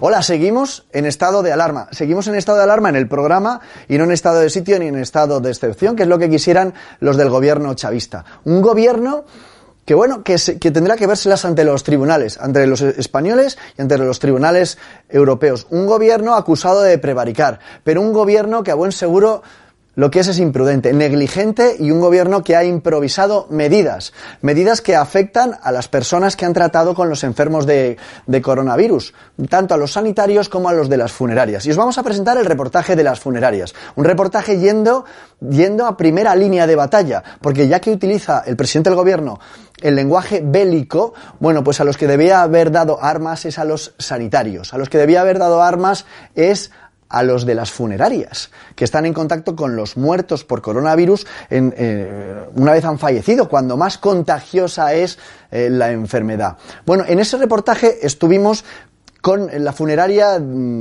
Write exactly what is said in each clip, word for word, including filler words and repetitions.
Hola, seguimos en estado de alarma. Seguimos en estado de alarma en el programa y no en estado de sitio ni en estado de excepción, que es lo que quisieran los del gobierno chavista. Un gobierno que, bueno, que, se, que tendrá que vérselas ante los tribunales, ante los españoles y ante los tribunales europeos. Un gobierno acusado de prevaricar, pero un gobierno que a buen seguro lo que es es imprudente, negligente y un gobierno que ha improvisado medidas, medidas que afectan a las personas que han tratado con los enfermos de, de coronavirus, tanto a los sanitarios como a los de las funerarias. Y os vamos a presentar el reportaje de las funerarias, un reportaje yendo, yendo a primera línea de batalla, porque ya que utiliza el presidente del gobierno el lenguaje bélico, bueno, pues a los que debía haber dado armas es a los sanitarios, a los que debía haber dado armas es a los de las funerarias, que están en contacto con los muertos por coronavirus en, eh, una vez han fallecido, cuando más contagiosa es eh, la enfermedad. Bueno, en ese reportaje estuvimos con la funeraria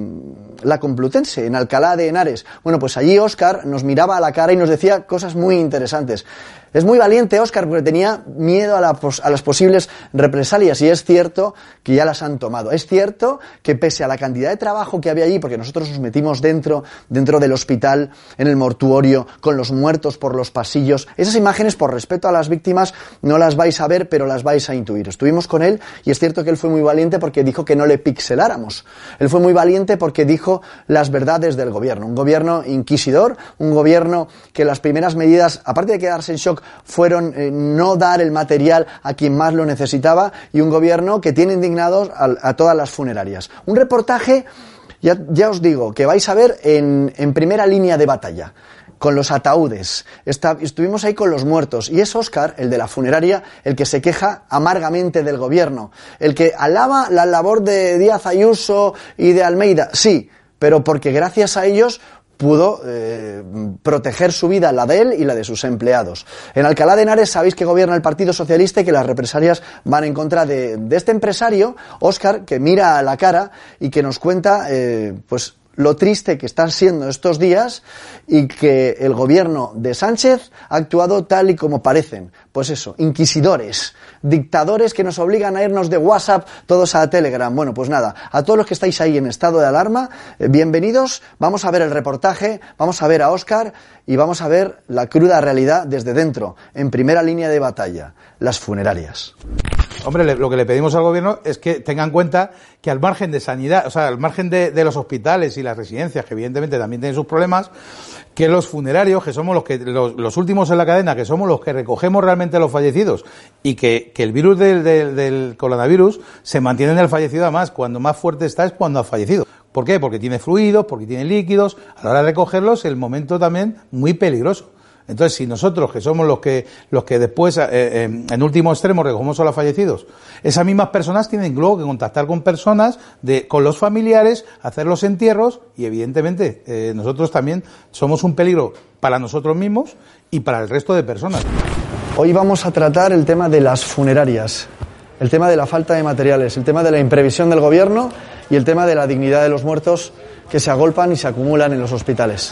La Complutense, en Alcalá de Henares. Bueno, pues allí Óscar nos miraba a la cara y nos decía cosas muy interesantes. Es muy valiente Óscar porque tenía miedo a, la, a las posibles represalias y es cierto que ya las han tomado. Es cierto que pese a la cantidad de trabajo que había allí, porque nosotros nos metimos dentro, dentro del hospital, en el mortuorio, con los muertos por los pasillos, esas imágenes por respeto a las víctimas no las vais a ver, pero las vais a intuir. Estuvimos con él y es cierto que él fue muy valiente porque dijo que no le pixeláramos. Él fue muy valiente porque dijo las verdades del gobierno. Un gobierno inquisidor, un gobierno que las primeras medidas, aparte de quedarse en shock, fueron eh, no dar el material a quien más lo necesitaba y un gobierno que tiene indignados a, a todas las funerarias. Un reportaje, ya, ya os digo, que vais a ver en, en primera línea de batalla, con los ataúdes. Está, estuvimos ahí con los muertos y es Óscar, el de la funeraria, el que se queja amargamente del gobierno, el que alaba la labor de Díaz Ayuso y de Almeida, sí, pero porque gracias a ellos pudo eh, proteger su vida, la de él y la de sus empleados. En Alcalá de Henares sabéis que gobierna el Partido Socialista y que las represalias van en contra de, de este empresario, Óscar, que mira a la cara y que nos cuenta eh, pues lo triste que están siendo estos días y que el gobierno de Sánchez ha actuado tal y como parecen. Pues eso, inquisidores, dictadores que nos obligan a irnos de WhatsApp todos a Telegram. Bueno, pues nada, a todos los que estáis ahí en estado de alarma, eh, bienvenidos, vamos a ver el reportaje, vamos a ver a Óscar y vamos a ver la cruda realidad desde dentro, en primera línea de batalla, las funerarias. Hombre, lo que le pedimos al gobierno es que tenga en cuenta que al margen de sanidad, o sea, al margen de, de los hospitales y las residencias, que evidentemente también tienen sus problemas, que los funerarios, que somos los que los, los últimos en la cadena, que somos los que recogemos realmente a los fallecidos, y que, que el virus del, del, del coronavirus se mantiene en el fallecido, además, cuando más fuerte está es cuando ha fallecido. ¿Por qué? Porque tiene fluidos, porque tiene líquidos, a la hora de recogerlos, el momento también muy peligroso. Entonces, si nosotros, que somos los que los que después, eh, eh, en último extremo, recogemos a los fallecidos, esas mismas personas tienen luego que contactar con personas, de con los familiares, hacer los entierros y, evidentemente, eh, nosotros también somos un peligro para nosotros mismos y para el resto de personas. Hoy vamos a tratar el tema de las funerarias, el tema de la falta de materiales, el tema de la imprevisión del gobierno y el tema de la dignidad de los muertos que se agolpan y se acumulan en los hospitales.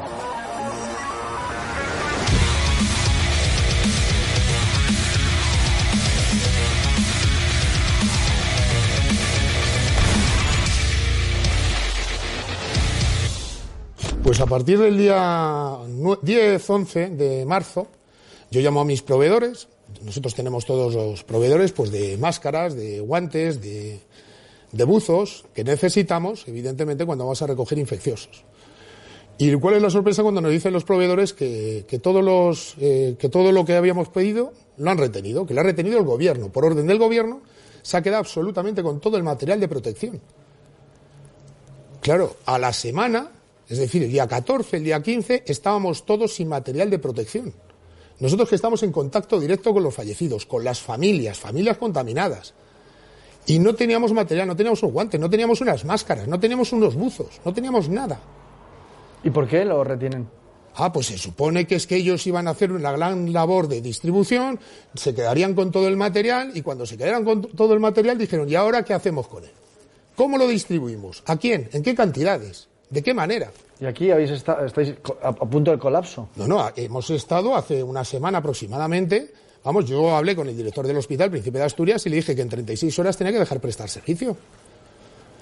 Pues a partir del día diez once de marzo, yo llamo a mis proveedores. Nosotros tenemos todos los proveedores pues de máscaras, de guantes, de, de buzos que necesitamos, evidentemente, cuando vamos a recoger infecciosos. ¿Y cuál es la sorpresa cuando nos dicen los proveedores que, que, todos los, eh, que todo lo que habíamos pedido lo han retenido, que lo ha retenido el gobierno? Por orden del gobierno se ha quedado absolutamente con todo el material de protección. Claro, a la semana, es decir, el día catorce, el día quince, estábamos todos sin material de protección. Nosotros que estamos en contacto directo con los fallecidos, con las familias, familias contaminadas. Y no teníamos material, no teníamos un guante, no teníamos unas máscaras, no teníamos unos buzos, no teníamos nada. ¿Y por qué lo retienen? Ah, pues se supone que es que ellos iban a hacer una gran labor de distribución, se quedarían con todo el material y cuando se quedaran con todo el material dijeron, ¿y ahora qué hacemos con él? ¿Cómo lo distribuimos? ¿A quién? ¿En qué cantidades? ¿De qué manera? ¿Y aquí habéis estado, estáis a, a punto del colapso? No, no, hemos estado hace una semana aproximadamente. Vamos, yo hablé con el director del hospital, Príncipe de Asturias, y le dije que en treinta y seis horas tenía que dejar prestar servicio.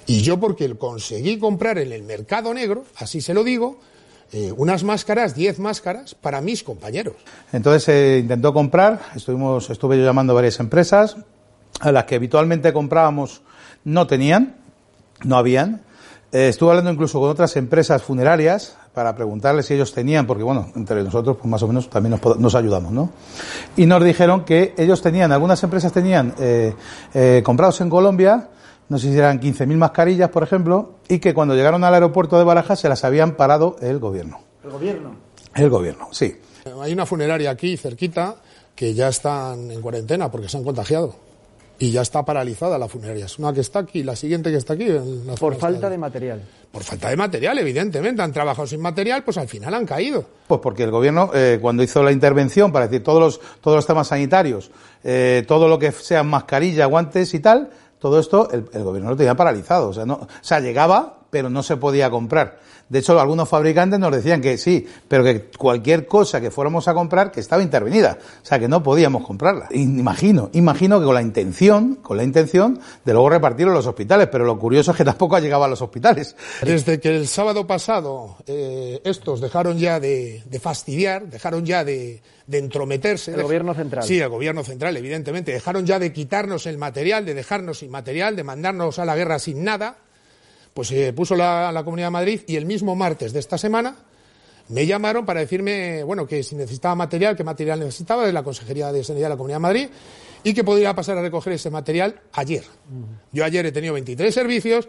Y yo porque conseguí comprar en el mercado negro, así se lo digo, eh, unas máscaras, diez máscaras, para mis compañeros. Entonces se eh, intentó comprar, estuvimos, estuve yo llamando a varias empresas, a las que habitualmente comprábamos no tenían, no habían. Eh, estuve hablando incluso con otras empresas funerarias para preguntarles si ellos tenían, porque bueno, entre nosotros pues más o menos también nos, nos ayudamos, ¿no? Y nos dijeron que ellos tenían, algunas empresas tenían eh, eh, comprados en Colombia, no sé si eran quince mil mascarillas, por ejemplo, y que cuando llegaron al aeropuerto de Barajas se las habían parado el gobierno. ¿El gobierno? El gobierno, sí. Hay una funeraria aquí cerquita que ya están en cuarentena porque se han contagiado. Y ya está paralizada la funeraria. Es una que está aquí, la siguiente que está aquí. En la Por falta de material. Por falta de material, evidentemente. Han trabajado sin material, pues al final han caído. Pues porque el gobierno, eh, cuando hizo la intervención para decir todos los, todos los temas sanitarios, eh, todo lo que sean mascarilla, guantes y tal, todo esto el, el gobierno lo tenía paralizado. O sea, no, o sea, llegaba, pero no se podía comprar. De hecho, algunos fabricantes nos decían que sí, pero que cualquier cosa que fuéramos a comprar que estaba intervenida, o sea, que no podíamos comprarla. Imagino, imagino que con la intención, con la intención de luego repartirlo en los hospitales, pero lo curioso es que tampoco ha llegado a los hospitales. Desde que el sábado pasado eh, estos dejaron ya de, de fastidiar, dejaron ya de, de entrometerse. El gobierno central. Sí, el gobierno central, evidentemente. Dejaron ya de quitarnos el material, de dejarnos sin material, de mandarnos a la guerra sin nada. Pues se eh, puso la, la Comunidad de Madrid y el mismo martes de esta semana me llamaron para decirme, bueno, que si necesitaba material, qué material necesitaba de la Consejería de Sanidad de la Comunidad de Madrid y que podría pasar a recoger ese material ayer. Uh-huh. Yo ayer he tenido veintitrés servicios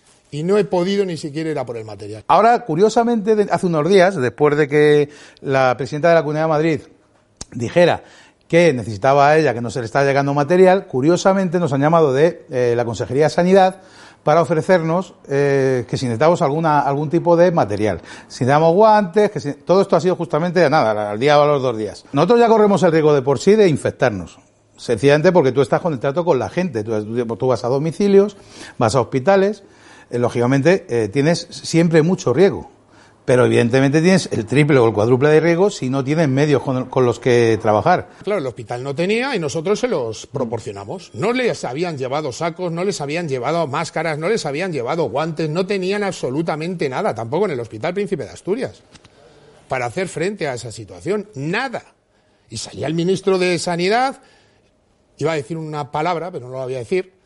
y no he podido ni siquiera ir a por el material. Ahora, curiosamente, hace unos días, después de que la presidenta de la Comunidad de Madrid dijera que necesitaba a ella, que no se le estaba llegando material, curiosamente nos han llamado de eh, la Consejería de Sanidad para ofrecernos eh, que si necesitamos alguna, algún tipo de material. Si necesitamos guantes, que si, todo esto ha sido justamente nada, al día o a los dos días. Nosotros ya corremos el riesgo de por sí de infectarnos. Sencillamente porque tú estás con el trato con la gente. Tú, tú vas a domicilios, vas a hospitales, eh, lógicamente eh, tienes siempre mucho riesgo. Pero evidentemente tienes el triple o el cuádruple de riesgo si no tienes medios con, con los que trabajar. Claro, el hospital no tenía y nosotros se los proporcionamos. No les habían llevado sacos, no les habían llevado máscaras, no les habían llevado guantes, no tenían absolutamente nada, tampoco en el Hospital Príncipe de Asturias, para hacer frente a esa situación. Nada. Y salía el ministro de Sanidad, iba a decir una palabra, pero no la voy a decir.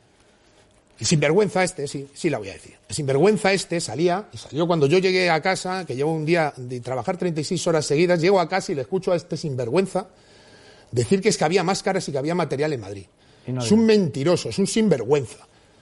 El sinvergüenza este, sí, sí la voy a decir. El sinvergüenza este salía, y salió cuando yo llegué a casa, que llevo un día de trabajar treinta y seis horas seguidas, llego a casa y le escucho a este sinvergüenza decir que es que había máscaras y que había material en Madrid. No es un mentiroso, es un sinvergüenza.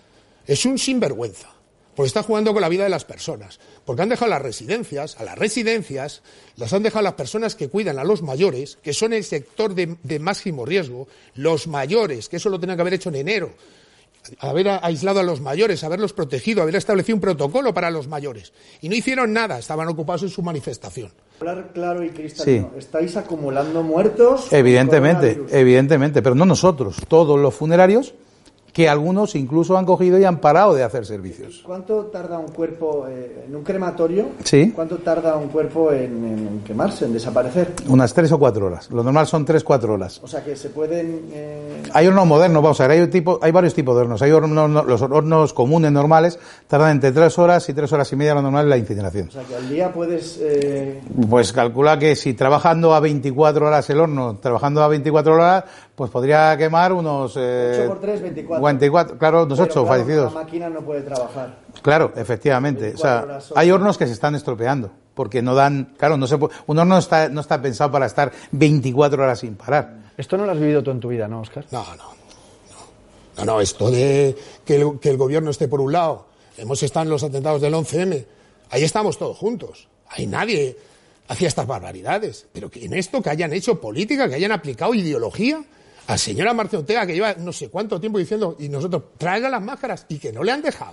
Es un sinvergüenza. Porque está jugando con la vida de las personas. Porque han dejado las residencias, a las residencias, las han dejado las personas que cuidan a los mayores, que son el sector de, de máximo riesgo, los mayores, que eso lo tenían que haber hecho en enero. Haber aislado a los mayores, haberlos protegido, haber establecido un protocolo para los mayores. Y no hicieron nada, estaban ocupados en su manifestación. Hablar claro y cristalino, sí. ¿Estáis acumulando muertos? Evidentemente, evidentemente, pero no nosotros, todos los funerarios, que algunos incluso han cogido y han parado de hacer servicios. ¿Cuánto tarda un cuerpo eh, en un crematorio? Sí. ¿Cuánto tarda un cuerpo en, en quemarse, en desaparecer? Unas tres o cuatro horas. Lo normal son tres, cuatro horas. O sea que se pueden... Eh... Hay hornos modernos, vamos a ver, hay, tipo, hay varios tipos de hornos. Hay hornos, los hornos comunes, normales, tardan entre tres horas y tres horas y media, lo normal es la incineración. O sea que al día puedes... Eh... Pues calcula que si trabajando a veinticuatro horas el horno, trabajando a veinticuatro horas, pues podría quemar unos... Eh, ocho por tres, veinticuatro. veinticuatro, claro, los ocho claro, fallecidos. La máquina no puede trabajar. Claro, efectivamente. O sea, hay hornos que se están estropeando porque no dan, claro, no se puede, un horno no está, no está pensado para estar veinticuatro horas sin parar. Esto no lo has vivido tú en tu vida, ¿no, Óscar? No, no, no. No, no, esto de que el, que el gobierno esté por un lado, hemos estado en los atentados del once eme, ahí estamos todos juntos. Ahí nadie hacía estas barbaridades. Pero que en esto que hayan hecho política, que hayan aplicado ideología, a señora Marcia Ortega, que lleva no sé cuánto tiempo diciendo, y nosotros, traigan las máscaras, y que no le han dejado.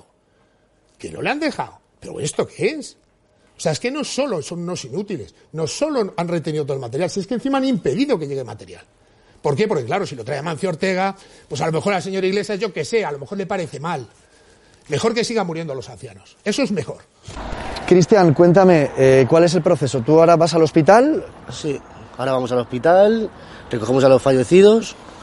Que no le han dejado. ¿Pero esto qué es? O sea, es que no solo son unos inútiles, no solo han retenido todo el material, si es que encima han impedido que llegue material. ¿Por qué? Porque claro, si lo trae Mancio Ortega, pues a lo mejor a la señora Iglesias, yo que sé, a lo mejor le parece mal. Mejor que sigan muriendo los ancianos. Eso es mejor. Cristian, cuéntame, eh, ¿cuál es el proceso? ¿Tú ahora vas al hospital? Sí, ahora vamos al hospital, recogemos a los fallecidos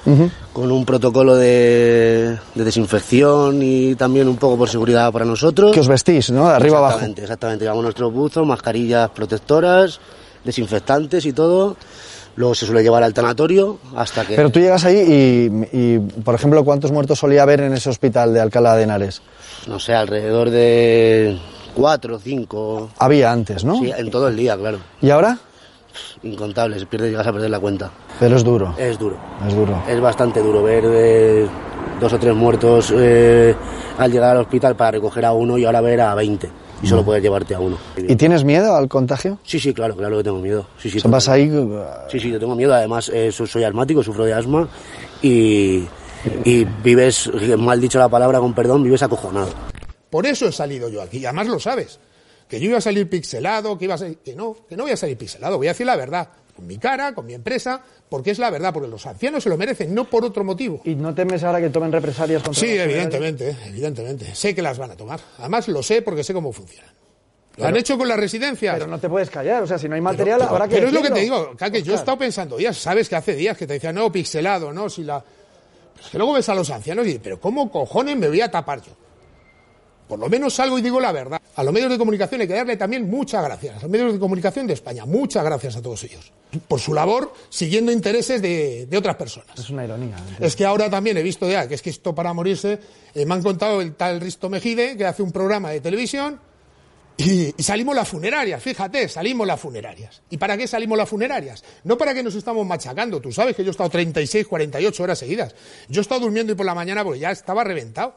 uh-huh. con un protocolo de, de desinfección y también un poco por seguridad para nosotros. Que os vestís, ¿no? De arriba abajo. Exactamente, exactamente. Llevamos nuestros buzos, mascarillas protectoras, desinfectantes y todo. Luego se suele llevar al tanatorio hasta que... Pero tú llegas ahí y, y, por ejemplo, ¿cuántos muertos solía haber en ese hospital de Alcalá de Henares? No sé, alrededor de cuatro, cinco... Había antes, ¿no? Sí, en todo el día, claro. ¿Y ahora? Incontables, pierdes, llegas a perder la cuenta. Pero es duro. Es duro. Es duro. Es bastante duro ver eh, dos o tres muertos eh, al llegar al hospital para recoger a uno y ahora ver a veinte. Y solo puedes llevarte a uno. ¿Y tienes miedo al contagio? Sí, sí, claro, claro que tengo miedo. Sí, sí, o sea, vas ahí... Sí, sí, yo tengo miedo. Además, eh, soy asmático, sufro de asma y, y vives, mal dicho la palabra, con perdón, vives acojonado. Por eso he salido yo aquí, y además lo sabes. Que yo iba a salir pixelado, que iba a salir... Que no, que no voy a salir pixelado, voy a decir la verdad. Con mi cara, con mi empresa, porque es la verdad, porque los ancianos se lo merecen, no por otro motivo. ¿Y no temes ahora que tomen represalias contra Sí, los evidentemente, evidentemente. Sé que las van a tomar. Además lo sé porque sé cómo funcionan. Lo pero, han hecho con las residencias. Pero no te puedes callar, o sea, si no hay material pero, habrá que Pero decirlo. es lo que te digo, que yo he estado pensando, ya sabes que hace días que te decían, no, pixelado, no, si la... Pues que luego ves a los ancianos y dices, pero ¿cómo cojones me voy a tapar yo? Por lo menos salgo y digo la verdad. A los medios de comunicación hay que darle también muchas gracias. A los medios de comunicación de España, muchas gracias a todos ellos. Por su labor, siguiendo intereses de, de otras personas. Es una ironía. ¿Entiendes? Es que ahora también he visto ya, que es que esto para morirse, eh, me han contado el tal Risto Mejide, que hace un programa de televisión, y, y salimos las funerarias, fíjate, salimos las funerarias. ¿Y para qué salimos las funerarias? No para que nos estamos machacando. Tú sabes que yo he estado treinta y seis, cuarenta y ocho horas seguidas. Yo he estado durmiendo y por la mañana porque ya estaba reventado.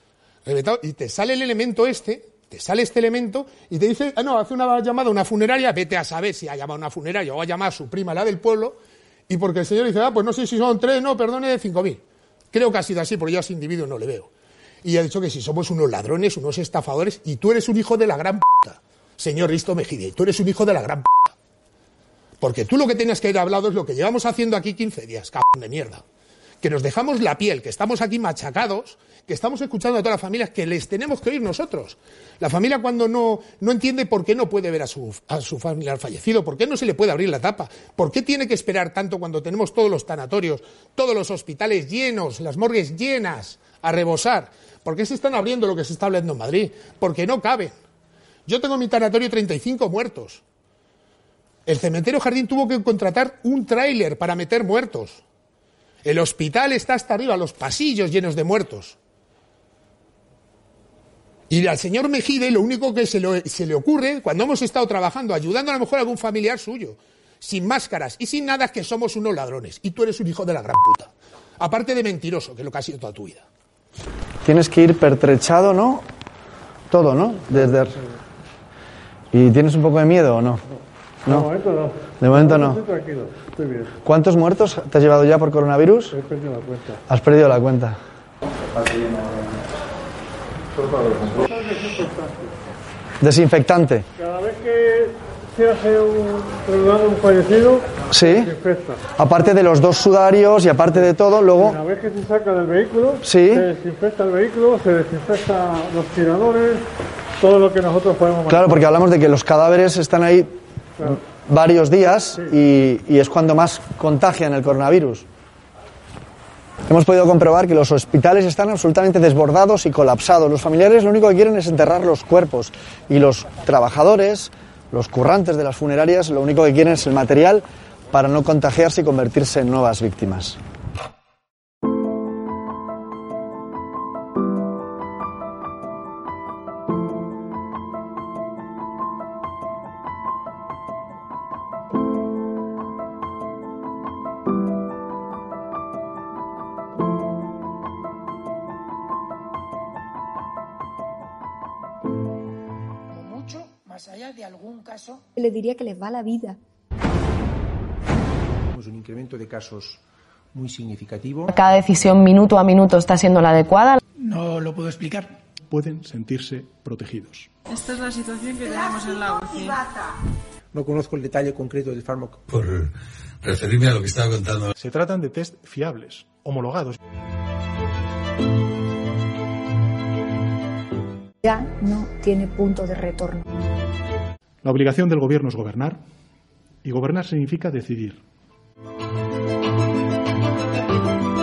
Y te sale el elemento este, te sale este elemento y te dice, ah, no, hace una llamada a una funeraria, vete a saber si ha llamado a una funeraria o ha llamado a su prima, la del pueblo, y porque el señor dice, ah, pues no sé si son tres, no, perdone, cinco mil. Creo que ha sido así, porque yo a ese individuo no le veo. Y ha dicho que si somos unos ladrones, unos estafadores, y tú eres un hijo de la gran puta, señor Risto Mejide, tú eres un hijo de la gran puta. Porque tú lo que tienes que haber hablado es lo que llevamos haciendo aquí quince días, cabrón de mierda. Que nos dejamos la piel, que estamos aquí machacados, que estamos escuchando a todas las familias, que les tenemos que oír nosotros. La familia cuando no, no entiende por qué no puede ver a su, a su familiar fallecido, por qué no se le puede abrir la tapa, por qué tiene que esperar tanto cuando tenemos todos los tanatorios, todos los hospitales llenos, las morgues llenas, a rebosar. ¿Por qué se están abriendo lo que se está hablando en Madrid? Porque no caben. Yo tengo en mi tanatorio treinta y cinco muertos. El cementerio Jardín tuvo que contratar un tráiler para meter muertos. El hospital está hasta arriba, los pasillos llenos de muertos. Y al señor Mejide lo único que se, lo, se le ocurre, cuando hemos estado trabajando, ayudando a lo mejor a algún familiar suyo, sin máscaras y sin nada, es que somos unos ladrones. Y tú eres un hijo de la gran puta. Aparte de mentiroso, que es lo que ha sido toda tu vida. Tienes que ir pertrechado, ¿no? Todo, ¿no? Desde... ¿Y tienes un poco de miedo o no? No, de momento no. De momento no. Estoy tranquilo, estoy bien. ¿Cuántos muertos te has llevado ya por coronavirus? He perdido la cuenta. Has perdido la cuenta. Desinfectante. Cada vez que se hace un trasladado, un fallecido, sí. Se desinfecta. Aparte de los dos sudarios y aparte de todo, luego... Una vez que se saca del vehículo, sí. Se desinfecta el vehículo, se desinfecta los tiradores, todo lo que nosotros podemos manejar. Claro, porque hablamos de que los cadáveres están ahí claro. varios días sí. y, y es cuando más contagian el coronavirus. Hemos podido comprobar que los hospitales están absolutamente desbordados y colapsados. Los familiares lo único que quieren es enterrar los cuerpos y los trabajadores, los currantes de las funerarias, lo único que quieren es el material para no contagiarse y convertirse en nuevas víctimas. Más allá de algún caso, le diría que les va la vida. Tenemos un incremento de casos muy significativo. Cada decisión minuto a minuto está siendo la adecuada. No lo puedo explicar. Pueden sentirse protegidos. Esta es la situación que tenemos en la U C I. No conozco el detalle concreto del fármaco. Por referirme a lo que estaba contando. Se tratan de test fiables, homologados. Ya no tiene punto de retorno. La obligación del gobierno es gobernar, y gobernar significa decidir.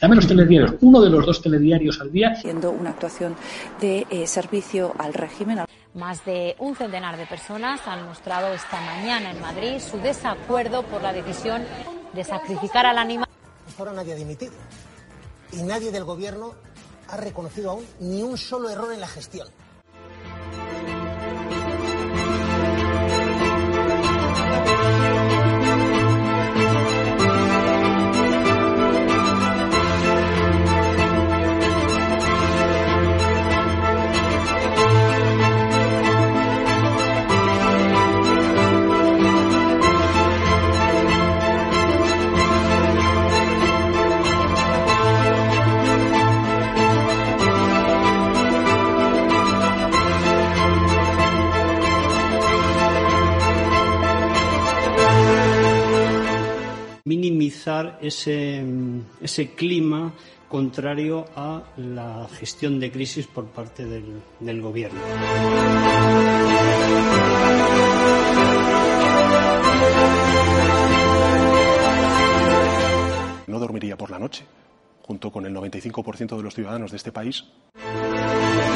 Dame los telediarios, uno de los dos telediarios al día. Haciendo una actuación de eh, servicio al régimen. Más de un centenar de personas han mostrado esta mañana en Madrid su desacuerdo por la decisión de sacrificar al animal. Hasta ahora nadie ha dimitido y nadie del gobierno ha reconocido aún ni un solo error en la gestión. Minimizar ese, ese clima contrario a la gestión de crisis por parte del, del gobierno. No dormiría por la noche, junto con el noventa y cinco por ciento de los ciudadanos de este país.